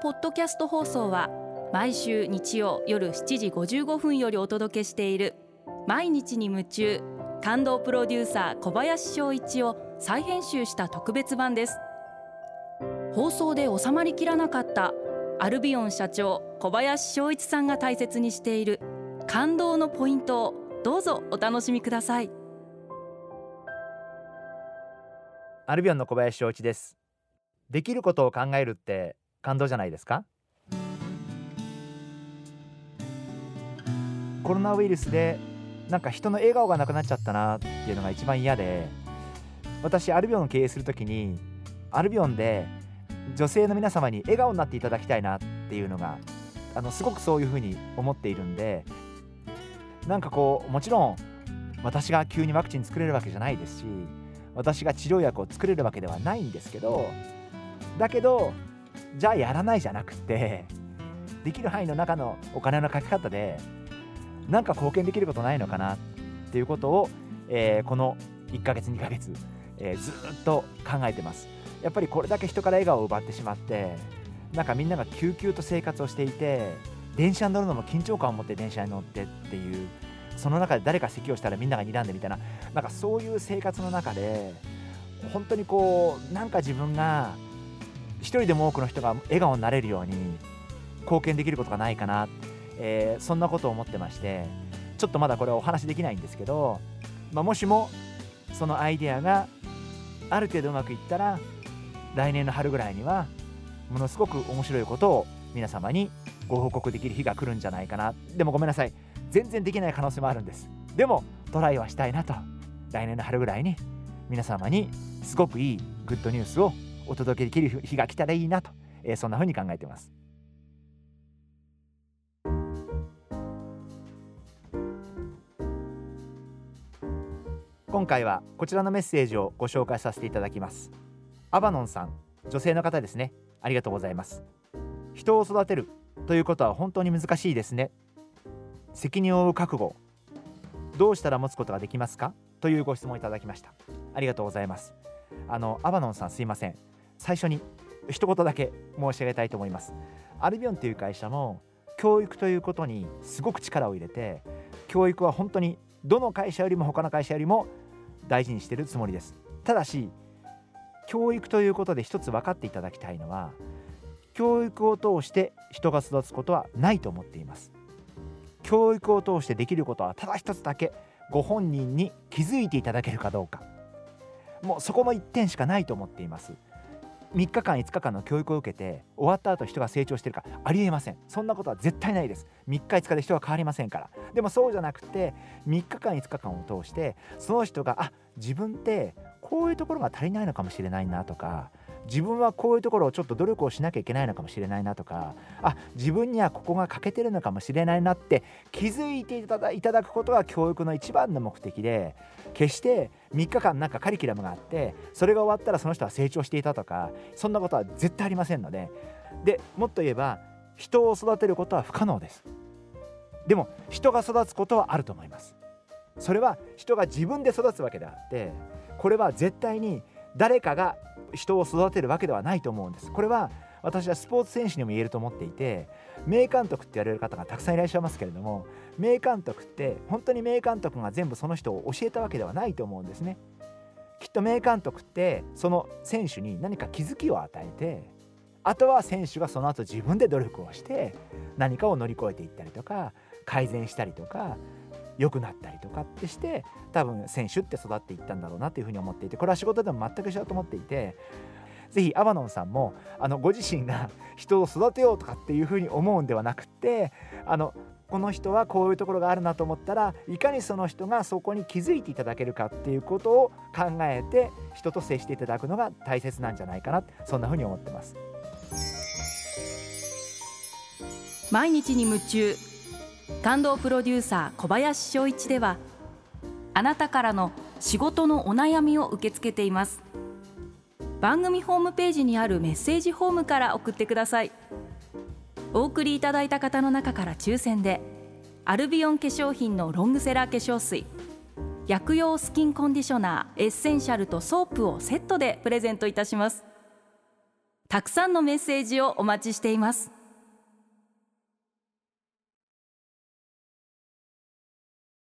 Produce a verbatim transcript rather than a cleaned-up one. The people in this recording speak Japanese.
ポッドキャスト放送は毎週日曜夜しちじごじゅうごふんよりお届けしている毎日に夢中感動プロデューサー小林翔一を再編集した特別版です。放送で収まりきらなかったアルビオン社長小林翔一さんが大切にしている感動のポイントをどうぞお楽しみください。 アルビオンの小林翔一です。できることを考えるって感動じゃないですか。コロナウイルスでなんか人の笑顔がなくなっちゃったなっていうのが一番嫌で、私アルビオンを経営するときにアルビオンで女性の皆様に笑顔になっていただきたいなっていうのがあのすごくそういうふうに思っているんで、なんかこうもちろん私が急にワクチン作れるわけじゃないですし、私が治療薬を作れるわけではないんですけど、だけどじゃあやらないじゃなくて、できる範囲の中のお金のかけ方でなんか貢献できることないのかなっていうことを、えー、このいっかげつにかげつ、えー、ずっと考えてます。やっぱりこれだけ人から笑顔を奪ってしまって、なんかみんなが救急と生活をしていて、電車に乗るのも緊張感を持って電車に乗ってっていう、その中で誰か咳をしたらみんなが睨んでみたいな、なんかそういう生活の中で本当にこうなんか自分が一人でも多くの人が笑顔になれるように貢献できることがないかな、えー、そんなことを思ってまして、ちょっとまだこれはお話できないんですけど、まあ、もしもそのアイデアがある程度うまくいったら来年の春ぐらいにはものすごく面白いことを皆様にご報告できる日が来るんじゃないかな。でもごめんなさい、全然できない可能性もあるんです。でもトライはしたいなと、来年の春ぐらいに皆様にすごくいいグッドニュースをお届けできる日が来たらいいなと、えー、そんな風に考えています。今回はこちらのメッセージをご紹介させていただきます。アバノンさん、女性の方ですね。ありがとうございます。人を育てるということは本当に難しいですね。責任を負う覚悟、どうしたら持つことができますかというご質問いただきました。ありがとうございます。あのアバノンさん、すいません、最初に一言だけ申し上げたいと思います。アルビオンという会社も教育ということにすごく力を入れて、教育は本当にどの会社よりも他の会社よりも大事にしているつもりです。ただし教育ということで一つ分かっていただきたいのは、教育を通して人が育つことはないと思っています。教育を通してできることはただ一つだけ、ご本人に気づいていただけるかどうか、もうそこの一点しかないと思っています。みっかかんいつかかんの教育を受けて終わった後人が成長しているか、ありえません。そんなことは絶対ないです。みっかいつかで人は変わりませんから。でもそうじゃなくて、みっかかんいつかかんを通してその人が、あ、自分ってこういうところが足りないのかもしれないなとか、自分はこういうところをちょっと努力をしなきゃいけないのかもしれないなとか、あ、自分にはここが欠けてるのかもしれないなって気づいていただ、いただくことが教育の一番の目的で、決してみっかかんなんかカリキュラムがあってそれが終わったらその人は成長していたとか、そんなことは絶対ありませんので、でもっと言えば人を育てることは不可能です。でも人が育つことはあると思います。それは人が自分で育つわけであって、これは絶対に誰かが人を育てるわけではないと思うんです。これは私はスポーツ選手にも言えると思っていて、名監督って言われる方がたくさんいらっしゃいますけれども、名監督って本当に名監督が全部その人を教えたわけではないと思うんですね。きっと名監督ってその選手に何か気づきを与えて、あとは選手がその後自分で努力をして何かを乗り越えていったりとか、改善したりとか良くなったりとかってして、多分選手って育っていったんだろうなというふうに思っていて、これは仕事でも全く一緒だと思っていて、ぜひアバノンさんもあのご自身が人を育てようとかっていうふうに思うんではなくて、あのこの人はこういうところがあるなと思ったら、いかにその人がそこに気づいていただけるかっていうことを考えて人と接していただくのが大切なんじゃないかな、そんなふうに思ってます。 毎日に夢中感動プロデューサー小林翔一では、あなたからの仕事のお悩みを受け付けています。番組ホームページにあるメッセージフォームから送ってください。お送りいただいた方の中から抽選でアルビオン化粧品のロングセラー化粧水、薬用スキンコンディショナーエッセンシャルとソープをセットでプレゼントいたします。 たくさんのメッセージをお待ちしています。